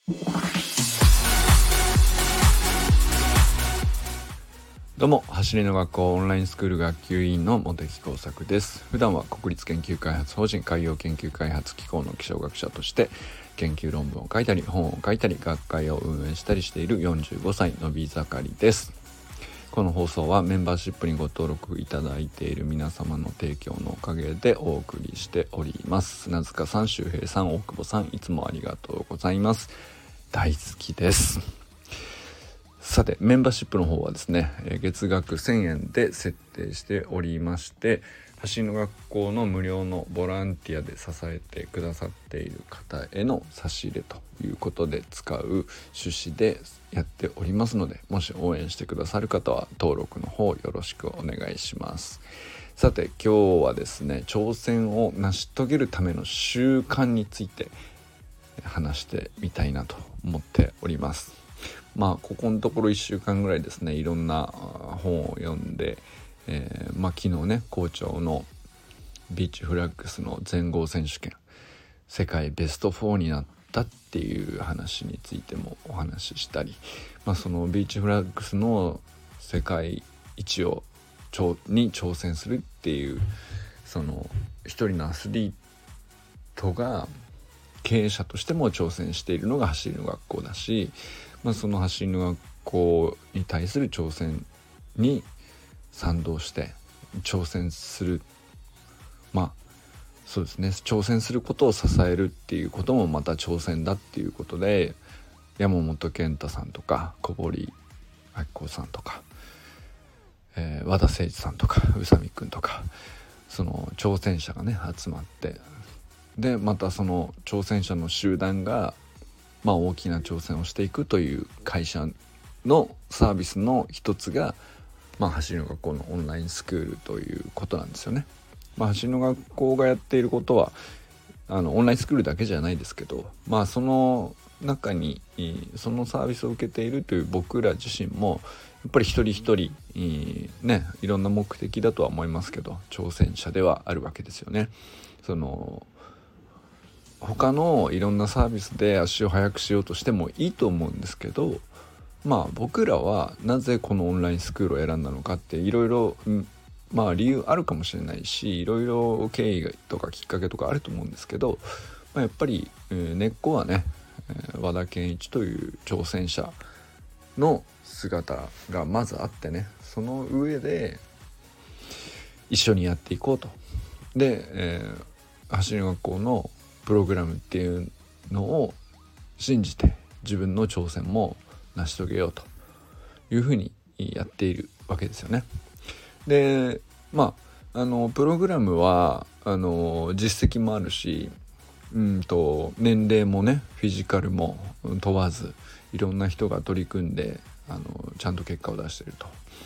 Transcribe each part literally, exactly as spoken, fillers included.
どうも、走りの学校オンラインスクール学級委員の茂木耕作です。普段は国立研究開発法人海洋研究開発機構の気象学者として研究論文を書いたり本を書いたり学会を運営したりしているよんじゅうごさいのび盛りです。この放送はメンバーシップにご登録いただいている皆様の提供のおかげでお送りしております。砂塚さん、周平さん、大久保さん、いつもありがとうございます。大好きです。さて、メンバーシップの方はですね、月額せんえんで設定しておりまして、走りの学校の無料のボランティアで支えてくださっている方への差し入れということで使う趣旨でやっておりますので、もし応援してくださる方は登録の方よろしくお願いします。さて、今日はですね、挑戦を成し遂げるための習慣について話してみたいなと思っております。まあここのところいっしゅうかんぐらいですね、いろんな本を読んで、えー、まあ昨日ね、好調のビーチフラッグスの全豪選手権世界ベストよんになったっていう話についてもお話ししたり、まあ、そのビーチフラッグスの世界一をに挑戦するっていうその一人のアスリートが経営者としても挑戦しているのが走りの学校だし、まあ、その走りの学校に対する挑戦に賛同して挑戦する、まあそうですね、挑戦することを支えるっていうこともまた挑戦だっていうことで、山本健太さんとか小堀明子さんとか、えー、和田誠司さんとか宇佐美くんとか、その挑戦者がね集まって、でまたその挑戦者の集団がまあ大きな挑戦をしていくという会社のサービスの一つが、まあ、走りの学校のオンラインスクールということなんですよね。まあ、走りの学校がやっていることはあのオンラインスクールだけじゃないですけど、まあその中にそのサービスを受けているという僕ら自身もやっぱり一人一人ね、いろんな目的だとは思いますけど挑戦者ではあるわけですよね。その他のいろんなサービスで足を速くしようとしてもいいと思うんですけど、まあ僕らはなぜこのオンラインスクールを選んだのかっていろいろまあ理由あるかもしれないし、いろいろ経緯とかきっかけとかあると思うんですけど、まあ、やっぱり、えー、根っこはね、えー、和田健一という挑戦者の姿がまずあってね、その上で一緒にやっていこうと。で、えー、走りの学校のプログラムっていうのを信じて自分の挑戦も成し遂げようというふうにやっているわけですよね。で、まああのプログラムはあの実績もあるし、うんと年齢もねフィジカルも問わずいろんな人が取り組んであのちゃんと結果を出していると。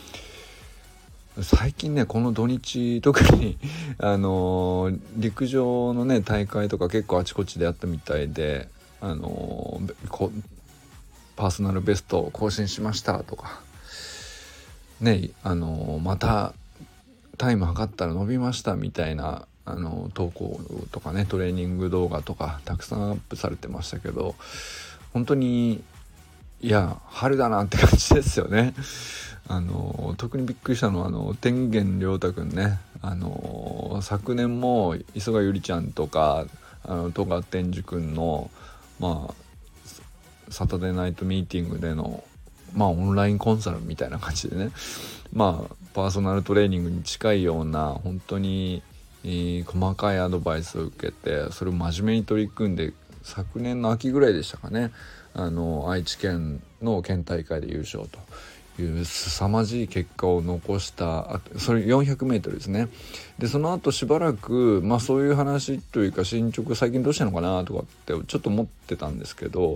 最近ねこの土日特にあのー、陸上のね大会とか結構あちこちでやったみたいで、あのー、パーソナルベストを更新しましたとかね、あのー、またタイム測ったら伸びましたみたいなあの投稿とかねトレーニング動画とかたくさんアップされてましたけど、本当にいや春だなって感じですよね。あの特にびっくりしたのはあの天元亮太くんね、あの昨年も磯賀ゆりちゃんとかあの戸賀天寿くんのまあサタデーナイトミーティングでのまあオンラインコンサルみたいな感じでね、まあパーソナルトレーニングに近いような本当に、えー、細かいアドバイスを受けてそれを真面目に取り組んで、昨年の秋ぐらいでしたかね、あの愛知県の県大会で優勝という凄まじい結果を残した。それよんひゃくメートルですね。でその後しばらくまあそういう話というか進捗最近どうしたのかなとかってちょっと思ってたんですけど、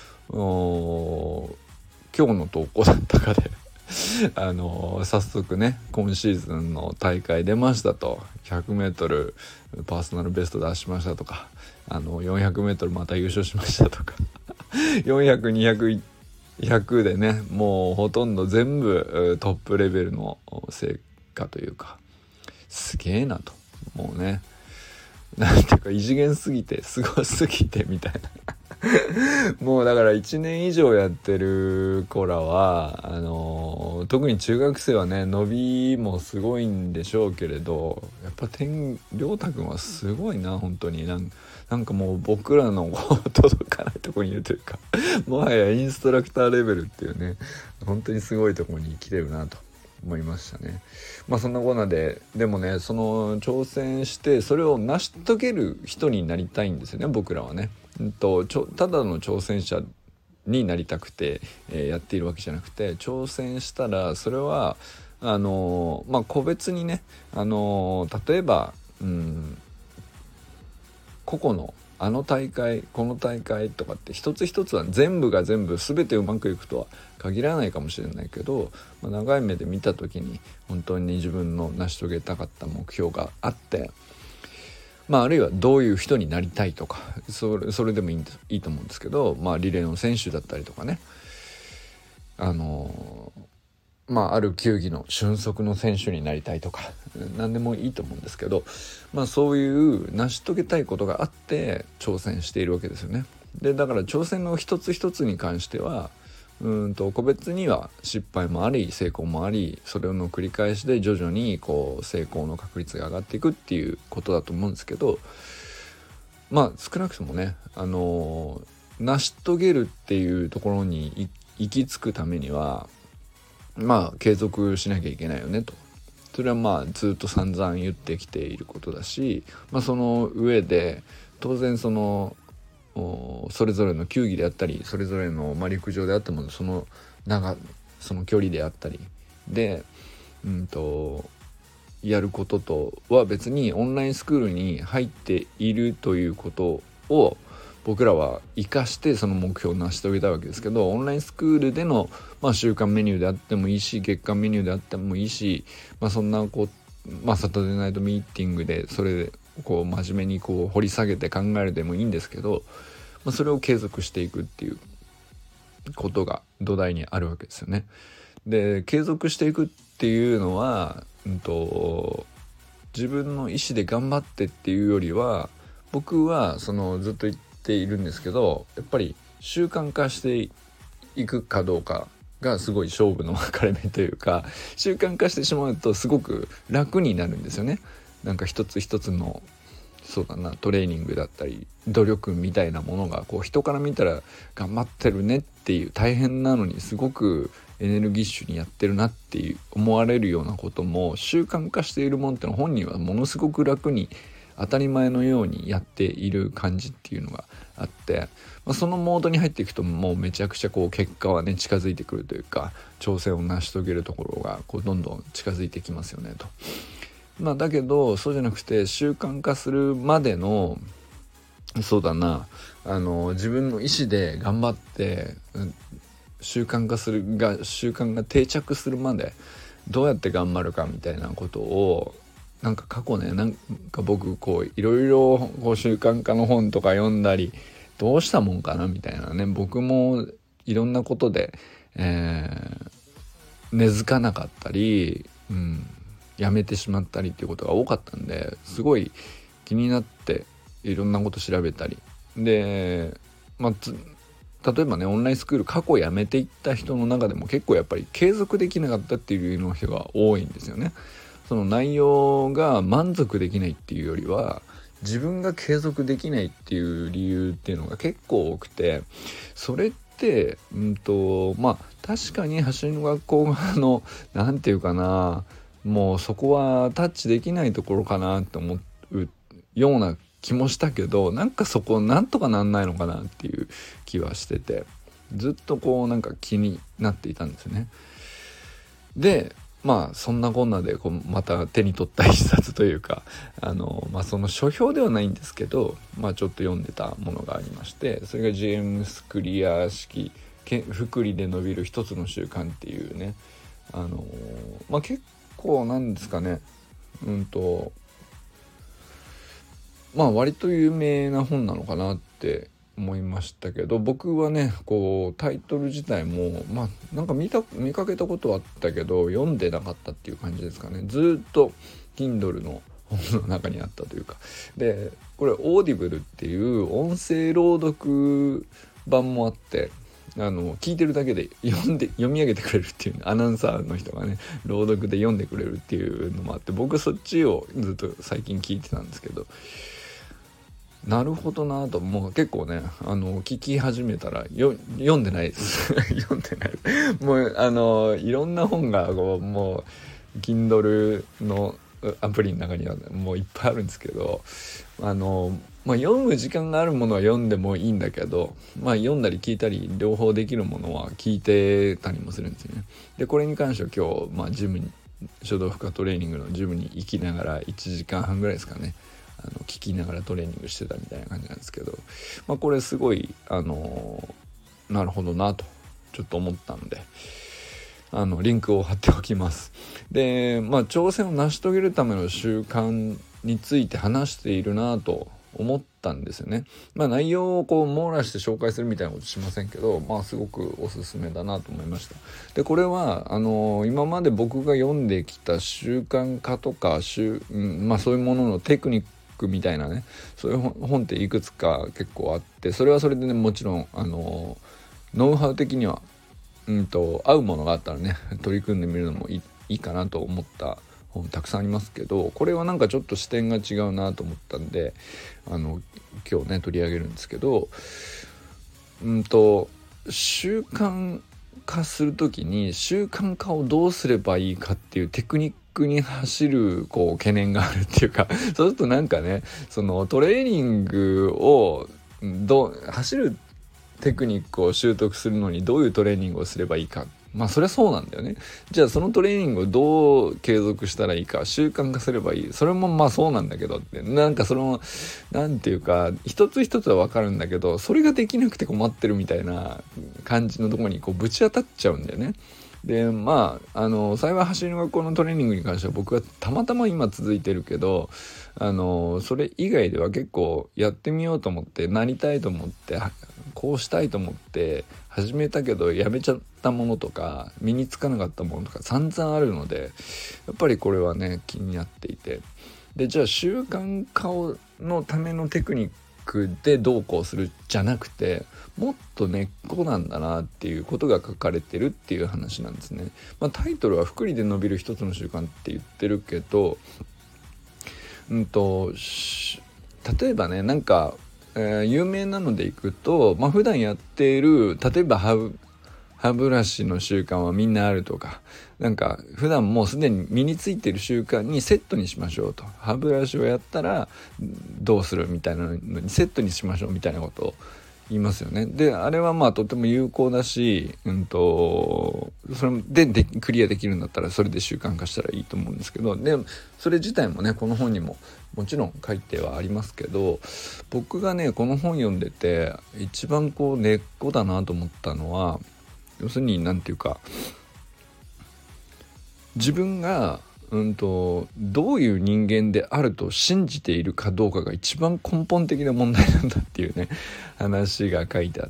今日の投稿だったかであの早速ね今シーズンの大会出ましたと、ひゃくメートルパーソナルベスト出しましたとか、あのよんひゃくメートルまた優勝しましたとかよんひゃく、にひゃく、ひゃくでねもうほとんど全部トップレベルの成果というか、すげえなと、もうねなんていうか異次元すぎてすごすぎてみたいなもうだからいちねん以上やってる子らはあの特に中学生はね伸びもすごいんでしょうけれど、やっぱ天亮太くんはすごいな本当に。なんなんかもう僕らの届かないところにいるというかもはやインストラクターレベルっていうね、本当にすごいところに来てるなと思いましたね。まあそんなこんなででもね、その挑戦してそれを成し遂げる人になりたいんですよね、僕らはね。うんとちょただの挑戦者になりたくて、えーやっているわけじゃなくて、挑戦したらそれはあのーまあ個別にね、あのー例えば、うん、個々のあの大会この大会とかって一つ一つは全部が全部全てうまくいくとは限らないかもしれないけど、まあ、長い目で見た時に本当に自分の成し遂げたかった目標があって、まあ、あるいはどういう人になりたいとか、それ、それでもいいんです、いいと思うんですけど、まあ、リレーの選手だったりとかね、あのまあ、ある球技の俊足の選手になりたいとか何でもいいと思うんですけど、まあ、そういう成し遂げたいことがあって挑戦しているわけですよね。でだから挑戦の一つ一つに関してはうんと個別には失敗もあり成功もあり、それの繰り返しで徐々にこう成功の確率が上がっていくっていうことだと思うんですけど、まあ少なくともね、あの成し遂げるっていうところに行き着くためにはまあ継続しなきゃいけないよねと。それはまあずっと散々言ってきていることだし、まあ、その上で当然そのそれぞれの球技であったりそれぞれの、まあ、陸上であってもその長その距離であったりで、うんとやることとは別にオンラインスクールに入っているということを僕らは生かしてその目標を成し遂げたわけですけど、オンラインスクールでの、まあ、週間メニューであってもいいし月間メニューであってもいいし、まあ、そんなこう、まあ、サタデーナイトミーティングでそれでこう真面目にこう掘り下げて考えるでもいいんですけど、まあ、それを継続していくっていうことが土台にあるわけですよね。で継続していくっていうのは、うんと、自分の意思で頑張ってっていうよりは僕はそのずっと言っているんですけど、やっぱり習慣化していくかどうかがすごい勝負の分かれ目というか、習慣化してしまうとすごく楽になるんですよね。なんか一つ一つのそうだなトレーニングだったり努力みたいなものがこう人から見たら頑張ってるねっていう大変なのにすごくエネルギッシュにやってるなっていう思われるようなことも習慣化しているもんってのは本人はものすごく楽に当たり前のようにやっている感じっていうのがあって、まあ、そのモードに入っていくともうめちゃくちゃこう結果はね近づいてくるというか挑戦を成し遂げるところがこうどんどん近づいてきますよねと。まあだけどそうじゃなくて習慣化するまでのそうだなあの自分の意思で頑張って、うん、習慣化するが習慣が定着するまでどうやって頑張るかみたいなことをなんか過去ねなんか僕こういろいろこう習慣化の本とか読んだりどうしたもんかなみたいなね、僕もいろんなことで、えー、根付かなかったり、うん、やめてしまったりっていうことが多かったんですごい気になっていろんなこと調べたりで、まあ例えばねオンラインスクール過去辞めていった人の中でも結構やっぱり継続できなかったっていうの人が多いんですよね。その内容が満足できないっていうよりは自分が継続できないっていう理由っていうのが結構多くて、それってうんとまあ確かに走りの学校側のなんていうかなもうそこはタッチできないところかなって思うような気もしたけど、なんかそこなんとかなんないのかなっていう気はしててずっとこうなんか気になっていたんですよね。でまあそんなこんなでこうまた手に取った一冊というかあの、まあ、その書評ではないんですけど、まあ、ちょっと読んでたものがありまして、それがジェームス・クリア式複利で伸びる一つの習慣っていうね、あのまあ結構なんですかねうんとまあ割と有名な本なのかなって思いましたけど、僕はねこうタイトル自体もまあなんか見た見かけたことはあったけど読んでなかったっていう感じですかね。ずっと Kindle の本の中にあったというか、でこれオーディブルっていう音声朗読版もあって、あの聞いてるだけで読んで読み上げてくれるっていう、ね、アナウンサーの人がね朗読で読んでくれるっていうのもあって、僕そっちをずっと最近聞いてたんですけど、なるほどなと、もう結構ねあの聞き始めたらよ読んでないです読んでないですもうあのいろんな本がこうもう Kindle のアプリの中にはもういっぱいあるんですけど、あの、まあ、読む時間があるものは読んでもいいんだけど、まあ、読んだり聞いたり両方できるものは聞いてたりもするんですよね。でこれに関しては今日、まあ、ジムに書道負荷トレーニングのジムに行きながらいちじかんはんぐらいですかね、あの聞きながらトレーニングしてたみたいな感じなんですけど、まあ、これすごいあのなるほどなとちょっと思ったので、あのリンクを貼っておきます。で、まあ、挑戦を成し遂げるための習慣について話しているなと思ったんですよね。まあ、内容をこう網羅して紹介するみたいなことしませんけど、まあ、すごくおすすめだなと思いました。でこれはあの今まで僕が読んできた習慣化とか習、うんまあ、そういうもののテクニックみたいなね、そういう本っていくつか結構あって、それはそれでねもちろんあのノウハウ的にはうんと合うものがあったらね取り組んでみるのもいい、いいかなと思った本たくさんありますけど、これはなんかちょっと視点が違うなと思ったんで、あの今日ね取り上げるんですけど、うんと習慣化するときに習慣化をどうすればいいかっていうテクニックに走るこう懸念があるっていうかそうするとなんかね、そのトレーニングをどう走るテクニックを習得するのにどういうトレーニングをすればいいか、まあそりゃそうなんだよね。じゃあそのトレーニングをどう継続したらいいか、習慣化すればいい、それもまあそうなんだけどって、なんかそのなんていうか一つ一つは分かるんだけど、それができなくて困ってるみたいな感じのところにこうぶち当たっちゃうんだよね。でまああの幸い走りの学校のトレーニングに関しては僕はたまたま今続いてるけど、あのそれ以外では結構やってみようと思って、なりたいと思って、こうしたいと思って始めたけどやめちゃったものとか身につかなかったものとか散々あるので、やっぱりこれはね気になっていて、でじゃあ習慣化のためのテクニックでどうこうするじゃなくて、もっと根っこなんだなっていうことが書かれてるっていう話なんですね。まあ、タイトルは複利で伸びる一つの習慣って言ってるけど、うんと例えばねなんかえー、有名なのでいくと、まあ、普段やっている例えば歯歯ブラシの習慣はみんなあるとか、なんか普段もうすでに身についている習慣にセットにしましょうと、歯ブラシをやったらどうするみたいなのにセットにしましょうみたいなことを言いますよね。であれはまあとても有効だし、うんとそれででクリアできるんだったらそれで習慣化したらいいと思うんですけど、でそれ自体もねこの本にももちろん書いてはありますけど、僕がねこの本読んでて一番こう根っこだなと思ったのは、要するになんていうか、自分がうんとどういう人間であると信じているかどうかが一番根本的な問題なんだっていうね話が書いてあって、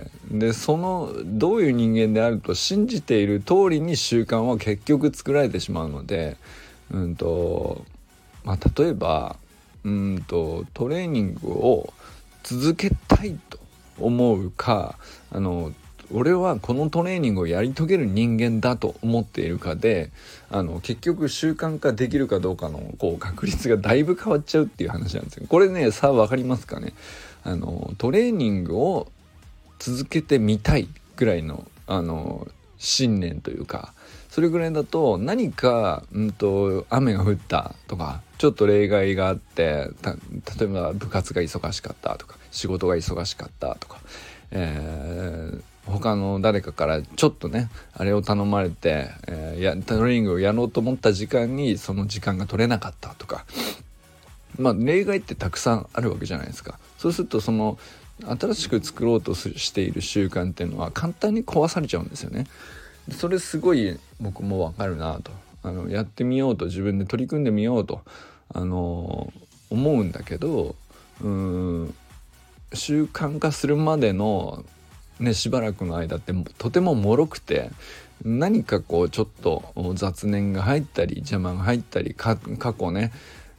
でそのどういう人間であると信じている通りに習慣は結局作られてしまうので、うんとまあ例えばうんとトレーニングを続けたいと思うか、あの俺はこのトレーニングをやり遂げる人間だと思っているかで、あの結局習慣化できるかどうかのこう確率がだいぶ変わっちゃうっていう話なんですよ。これねさあ分かりますかね。あのトレーニングを続けてみたいぐらいのあの信念というか、それぐらいだと何か、うんと、雨が降ったとかちょっと例外があって、た例えば部活が忙しかったとか仕事が忙しかったとか、えー他の誰かからちょっとねあれを頼まれて、えー、やトレーニングをやろうと思った時間にその時間が取れなかったとか、まあ例外ってたくさんあるわけじゃないですか。そうするとその新しく作ろうとしている習慣っていうのは簡単に壊されちゃうんですよね。それすごい僕もわかるなと、あのやってみようと自分で取り組んでみようとあの思うんだけど、うーん習慣化するまでのね、しばらくの間ってとても脆くて、何かこうちょっと雑念が入ったり邪魔が入ったり、か過去ね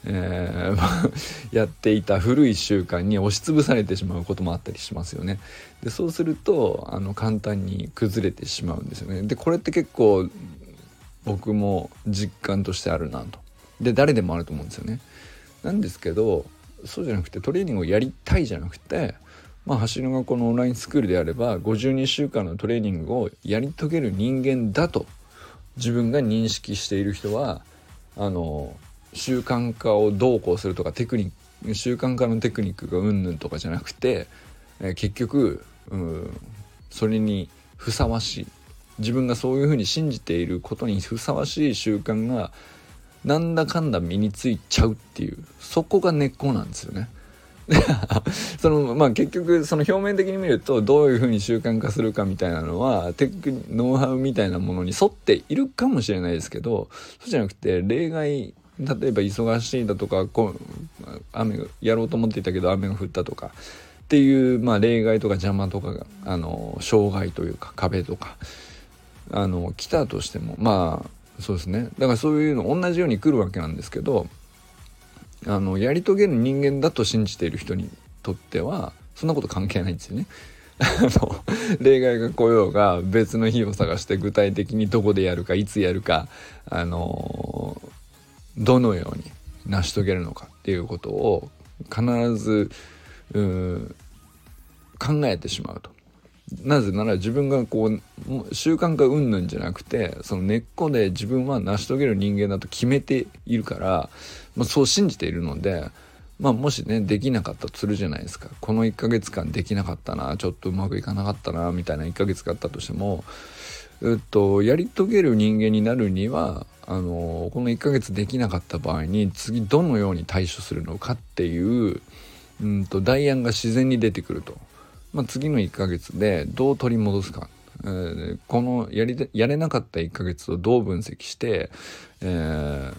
えー、やっていた古い習慣に押しつぶされてしまうこともあったりしますよね。でそうするとあの簡単に崩れてしまうんですよね。でこれって結構僕も実感としてあるなと。で誰でもあると思うんですよね。なんですけどそうじゃなくて、トレーニングをやりたいじゃなくて、まあ、走りの学校のオンラインスクールであればごじゅうにしゅうかんのトレーニングをやり遂げる人間だと自分が認識している人は、あの習慣化をどうこうするとかテクニック習慣化のテクニックがうんぬんとかじゃなくて、えー、結局、うん、それにふさわしい、自分がそういうふうに信じていることにふさわしい習慣がなんだかんだ身についちゃうっていう、そこが根っこなんですよね。そのまあ結局その表面的に見るとどういうふうに習慣化するかみたいなのはテクニノウハウみたいなものに沿っているかもしれないですけど、そうじゃなくて例外、例えば忙しいだとかこう雨がやろうと思っていたけど雨が降ったとかっていう、まあ、例外とか邪魔とかがあの障害というか壁とかあの来たとしても、まあそうですね、だからそういうの同じように来るわけなんですけど、あのやり遂げる人間だと信じている人にとってはそんなこと関係ないんですよね。あの例外が来ようが別の日を探して具体的にどこでやるかいつやるか、あのどのように成し遂げるのかっていうことを必ずう考えてしまうと。なぜなら自分がこう習慣化云々じゃなくて、その根っこで自分は成し遂げる人間だと決めているから、まあ、そう信じているので、まあ、もしねできなかったとするじゃないですか。このいっかげつかんできなかったな、ちょっとうまくいかなかったなみたいないっかげつがあったとしても、えっと、やり遂げる人間になるにはあのこのいっかげつできなかった場合に次どのように対処するのかっていう、うんと代案が自然に出てくると。まあ、次のいっかげつでどう取り戻すか、えー、このやりやれなかったいっかげつをどう分析して、えー、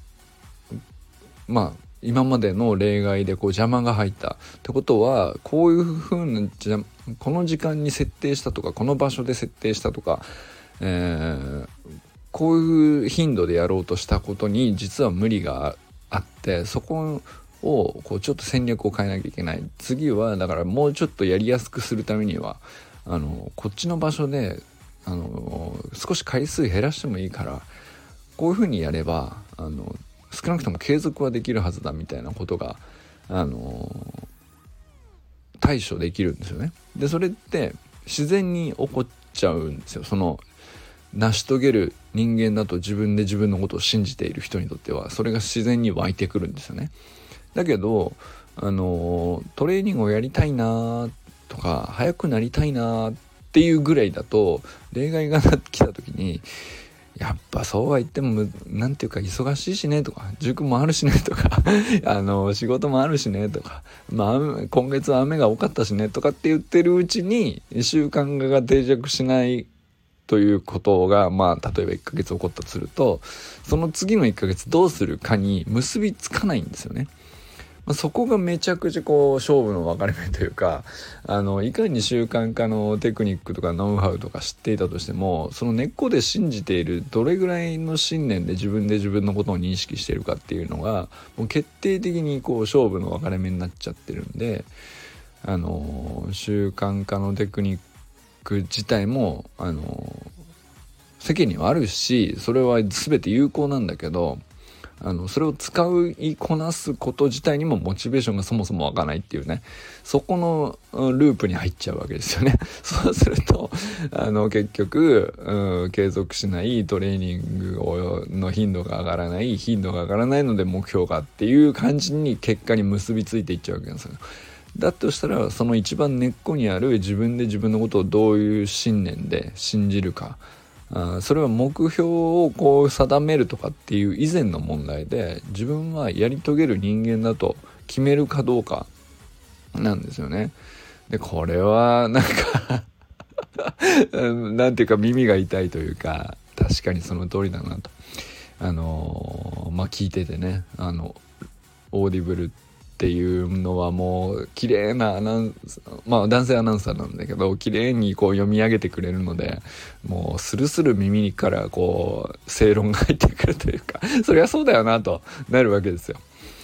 まあ今までの例外でこう邪魔が入ったってことはこういう風なじゃこの時間に設定したとかこの場所で設定したとか、えー、こういう頻度でやろうとしたことに実は無理があって、そこをこうちょっと戦略を変えなきゃいけない。次はだからもうちょっとやりやすくするためにはあのこっちの場所であの少し回数減らしてもいいからこういう風にやればあの少なくとも継続はできるはずだみたいなことがあの対処できるんですよね。でそれって自然に起こっちゃうんですよ。その成し遂げる人間だと自分で自分のことを信じている人にとってはそれが自然に湧いてくるんですよね。だけどあのトレーニングをやりたいなとか速くなりたいなっていうぐらいだと例外が来た時にやっぱそうは言ってもなんていうか忙しいしねとか塾もあるしねとかあの仕事もあるしねとか、まあ、今月は雨が多かったしねとかって言ってるうちに習慣化が定着しないということが、まあ、例えばいっかげつ起こったとするとその次のいっかげつどうするかに結びつかないんですよね。まあ、そこがめちゃくちゃこう勝負の分かれ目というか、あのいかに習慣化のテクニックとかノウハウとか知っていたとしてもその根っこで信じているどれぐらいの信念で自分で自分のことを認識しているかっていうのがもう決定的にこう勝負の分かれ目になっちゃってるんで、あの習慣化のテクニック自体もあの世間にはあるしそれは全て有効なんだけど、あのそれを使いこなすこと自体にもモチベーションがそもそも湧かないっていうね、そこのループに入っちゃうわけですよね。そうするとあの結局、うん、継続しないトレーニングをの頻度が上がらない頻度が上がらないので目標がっていう感じに結果に結びついていっちゃうわけなんですよ。だとしたらその一番根っこにある自分で自分のことをどういう信念で信じるか、あそれは目標をこう定めるとかっていう以前の問題で自分はやり遂げる人間だと決めるかどうかなんですよね。でこれはなんかなんていうか耳が痛いというか確かにその通りだなとあのー、まあ聞いててね、あのオーディブルっていうのはもう綺麗なアナウンスまあ男性アナウンサーなんだけど綺麗にこう読み上げてくれるのでもうスルスル耳からこう正論が入ってくるというかそりゃそうだよなとなるわけですよ。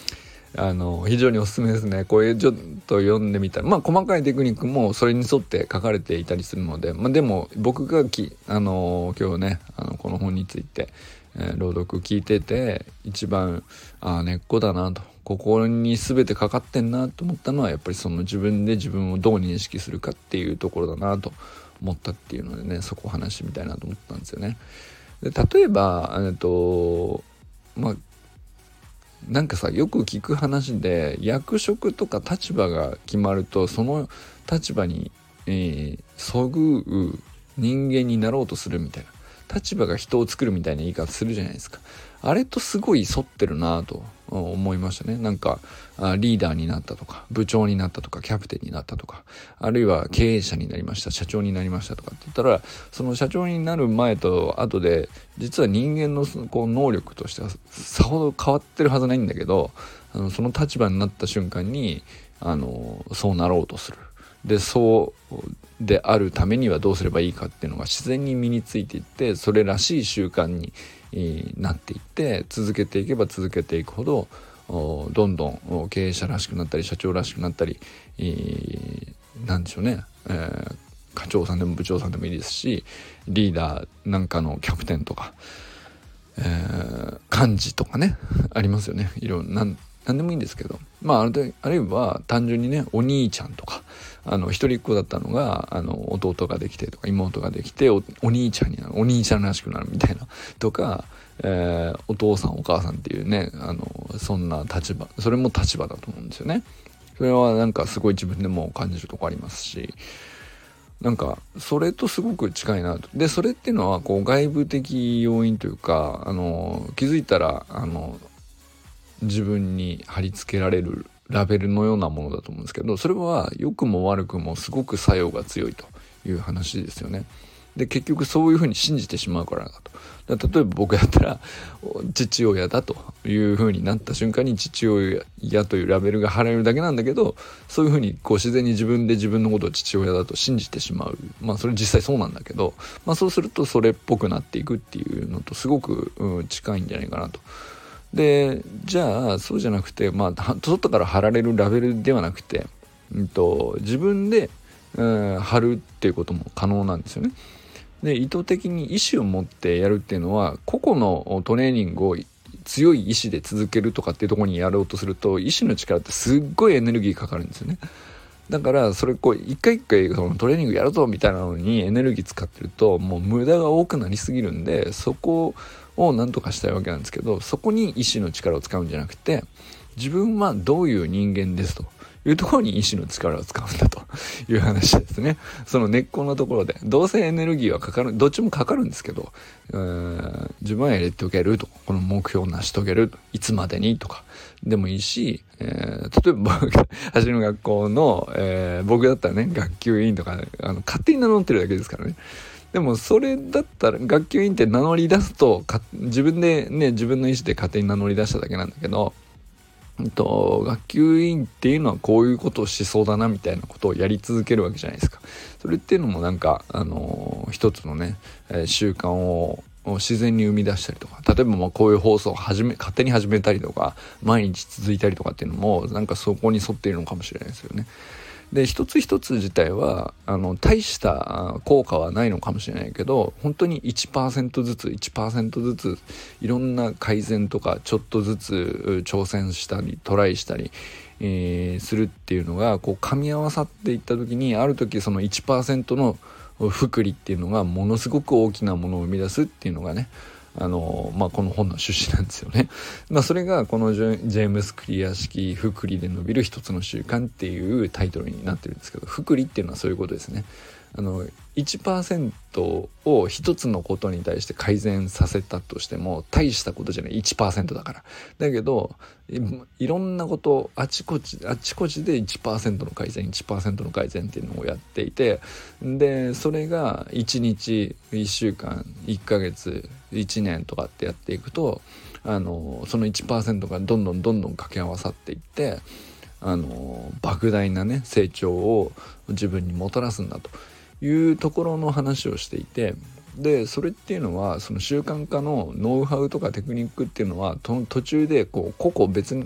あの非常におすすめですね。これちょっと読んでみたら、まあ細かいテクニックもそれに沿って書かれていたりするので、まあ、でも僕がきあの今日ねあのこの本について、えー、朗読聞いてて一番あ根っこだなと、ここに全てかかってんなと思ったのはやっぱりその自分で自分をどう認識するかっていうところだなと思ったっていうのでね、そこを話してみたいなと思ったんですよね。で例えばえっとまあなんかさ、よく聞く話で役職とか立場が決まるとその立場に、えー、そぐう人間になろうとするみたいな、立場が人を作るみたいな言い方するじゃないですか。あれとすごい沿ってるなと思いましたね。なんかリーダーになったとか部長になったとかキャプテンになったとか、あるいは経営者になりました、社長になりましたとかって言ったら、その社長になる前と後で実は人間のこう能力としてはさほど変わってるはずないんだけど、あのその立場になった瞬間にあのそうなろうとする。でそうであるためにはどうすればいいかっていうのが自然に身についていって、それらしい習慣になっていって、続けていけば続けていくほどどんどん経営者らしくなったり社長らしくなったり、えー、なんでしょうね、えー、課長さんでも部長さんでもいいですし、リーダーなんかのキャプテンとか、えー、幹事とかねありますよね。いろんな何でもいいんですけど、まああるあるいは単純にねお兄ちゃんとか、あの一人っ子だったのがあの弟ができてとか妹ができて お, お兄ちゃんになる、お兄ちゃんらしくなるみたいなとか、えー、お父さんお母さんっていうね、あのそんな立場、それも立場だと思うんですよね。それはなんかすごい自分でも感じるとこありますし、なんかそれとすごく近いなと。でそれっていうのはこう外部的要因というか、あの気づいたらあの自分に貼り付けられるラベルのようなものだと思うんですけど、それは良くも悪くもすごく作用が強いという話ですよね。で結局そういうふうに信じてしまうからだと。だ例えば僕やったら父親だというふうになった瞬間に父親というラベルが貼られるだけなんだけど、そういうふうにこう自然に自分で自分のことを父親だと信じてしまう。まあそれ実際そうなんだけど、まあそうするとそれっぽくなっていくっていうのとすごく、うん、近いんじゃないかなと。でじゃあそうじゃなくて、まあ外から貼られるラベルではなくて、うんと、自分で、うん、貼るっていうことも可能なんですよね。で意図的に意思を持ってやるっていうのは、個々のトレーニングを強い意志で続けるとかっていうところにやろうとすると、意志の力ってすっごいエネルギーかかるんですよね。だからそれこう一回一回そのトレーニングやるぞみたいなのにエネルギー使ってるともう無駄が多くなりすぎるんで、そこをなんとかしたいわけなんですけど、そこに意志の力を使うんじゃなくて、自分はどういう人間ですというところに意志の力を使うんだという話ですね。その根っこのところでどうせエネルギーはかかる、どっちもかかるんですけど、うーん自分はやり遂げると、この目標を成し遂げる、いつまでにとかでもいいし、えー、例えば僕走りの学校の、えー、僕だったらね学級委員とかあの勝手に名乗ってるだけですからね。でもそれだったら学級委員って名乗り出すとか自分でね自分の意思で勝手に名乗り出しただけなんだけど、と学級委員っていうのはこういうことをしそうだなみたいなことをやり続けるわけじゃないですか。それっていうのもなんかあのー、一つのね、えー、習慣を自然に生み出したりとか、例えばまあこういう放送を始め勝手に始めたりとか毎日続いたりとかっていうのもなんかそこに沿っているのかもしれないですよね。で一つ一つ自体はあの大した効果はないのかもしれないけど、本当に いちパーセント ずつ いちパーセント ずついろんな改善とかちょっとずつ挑戦したりトライしたり、えー、するっていうのがこう噛み合わさっていった時に、ある時その いちパーセント の複利っていうのがものすごく大きなものを生み出すっていうのがね、あのまあ、この本の趣旨なんですよね。まあ、それがこのジェームス・クリア式複利で伸びる一つの習慣っていうタイトルになってるんですけど、複利っていうのはそういうことですね。あの いちパーセント を一つのことに対して改善させたとしても大したことじゃない、 いちパーセント だから。だけど い, いろんなことあちこちあちこちで いちパーセント の改善 いちパーセント の改善っていうのをやっていて、でそれがいちにちいっしゅうかんいっかげついちねんとかってやっていくと、あのその いちパーセント がどんどんどんどん掛け合わさっていって、あの莫大なね成長を自分にもたらすんだというところの話をしていて、でそれっていうのはその習慣化のノウハウとかテクニックっていうのはと途中でこう個々別に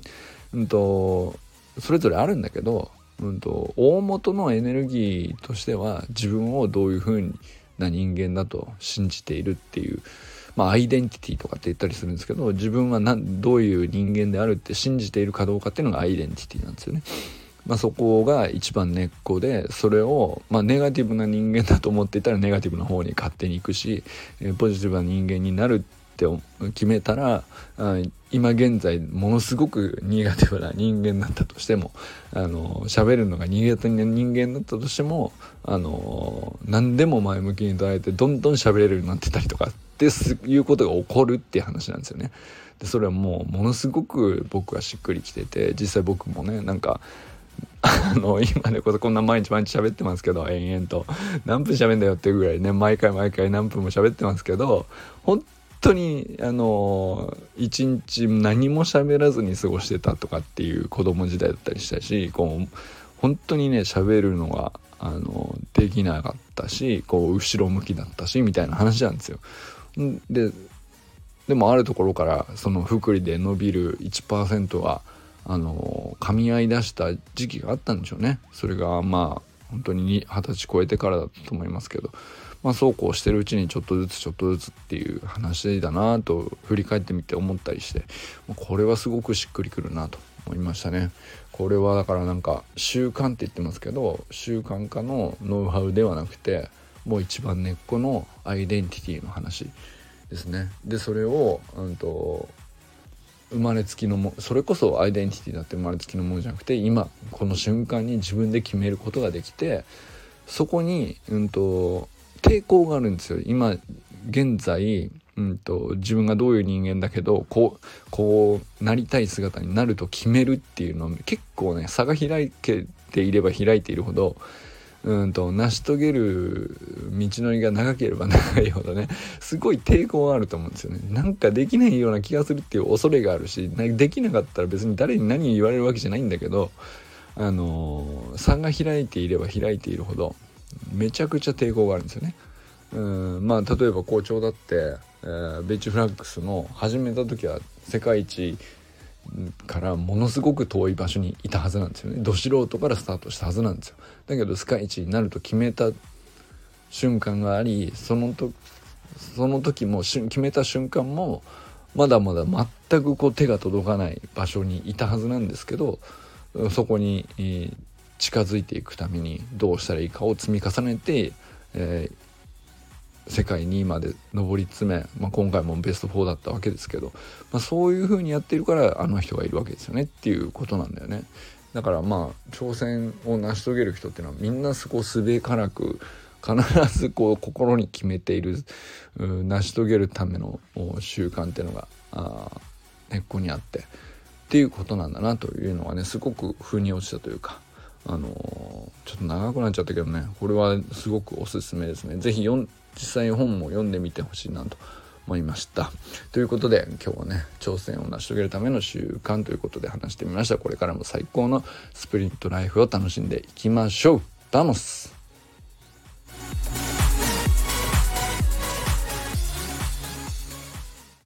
うんとそれぞれあるんだけど、うんと大元のエネルギーとしては自分をどういう風な人間だと信じているっていう、まあアイデンティティとかって言ったりするんですけど、自分は何どういう人間であるって信じているかどうかっていうのがアイデンティティなんですよね。まあ、そこが一番根っこで、それを、まあ、ネガティブな人間だと思っていたらネガティブな方に勝手に行くし、えー、ポジティブな人間になるって決めたら、あ今現在ものすごくネガティブな人間だったとしても、あの喋るのが苦手な人間だったとしても、あの何でも前向きに捉えてどんどん喋れるようになってたりとかっていうことが起こるっていう話なんですよね。でそれはもうものすごく僕はしっくりきてて、実際僕もねなんかあの今でこそこんな毎日毎日喋ってますけど、延々と何分喋んだよっていうぐらいね、毎回毎回何分も喋ってますけど、本当にあの一日何も喋らずに過ごしてたとかっていう子供時代だったりしたし、こう本当にね喋るのがあのできなかったし、こう後ろ向きだったしみたいな話なんですよ。ででもあるところからその福利で伸びる いちパーセント があの噛み合い出した時期があったんでしょうね。それがまあ本当にはたち超えてからだと思いますけど、まあそうこうしてるうちにちょっとずつちょっとずつっていう話だなと振り返ってみて思ったりして、これはすごくしっくりくるなと思いましたね。これはだからなんか習慣って言ってますけど、習慣化のノウハウではなくて、もう一番根っこのアイデンティティの話ですね。でそれを、うんと生まれつきのもそれこそアイデンティティだって生まれつきのものじゃなくて、今この瞬間に自分で決めることができて、そこに、うんと抵抗があるんですよ。今現在、うんと自分がどういう人間だけどこうこうなりたい姿になると決めるっていうのは結構ね差が開けていれば開いているほど、うんと成し遂げる道のりが長ければ長いほどね、すごい抵抗があると思うんですよね。なんかできないような気がするっていう恐れがあるし、できなかったら別に誰に何言われるわけじゃないんだけど、あのー、差が開いていれば開いているほどめちゃくちゃ抵抗があるんですよね。うんまあ例えば校長だって、えー、ベッジフラッグスの始めた時は世界一からものすごく遠い場所にいたはずなんですよね。ど素人からスタートしたはずなんですよ。だけど世界一になると決めた瞬間があり、そのとその時も決めた瞬間もまだまだ全くこう手が届かない場所にいたはずなんですけど、そこに、えー、近づいていくためにどうしたらいいかを積み重ねて、えー、世界にまで上り詰め、まあ、今回もベストフォーだったわけですけど、まあ、そういう風にやっているからあの人がいるわけですよねっていうことなんだよね。だからまあ挑戦を成し遂げる人っていうのはみんなそこすべからく必ずこう心に決めている成し遂げるための習慣っていうのがあ根っこにあってっていうことなんだなというのはね、すごく腑に落ちたというか、あのー、ちょっと長くなっちゃったけどね、これはすごくおすすめですね。ぜひ実際本も読んでみてほしいなと思いました。ということで今日はね、挑戦を成し遂げるための習慣ということで話してみました。これからも最高のスプリントライフを楽しんでいきましょう。バモス。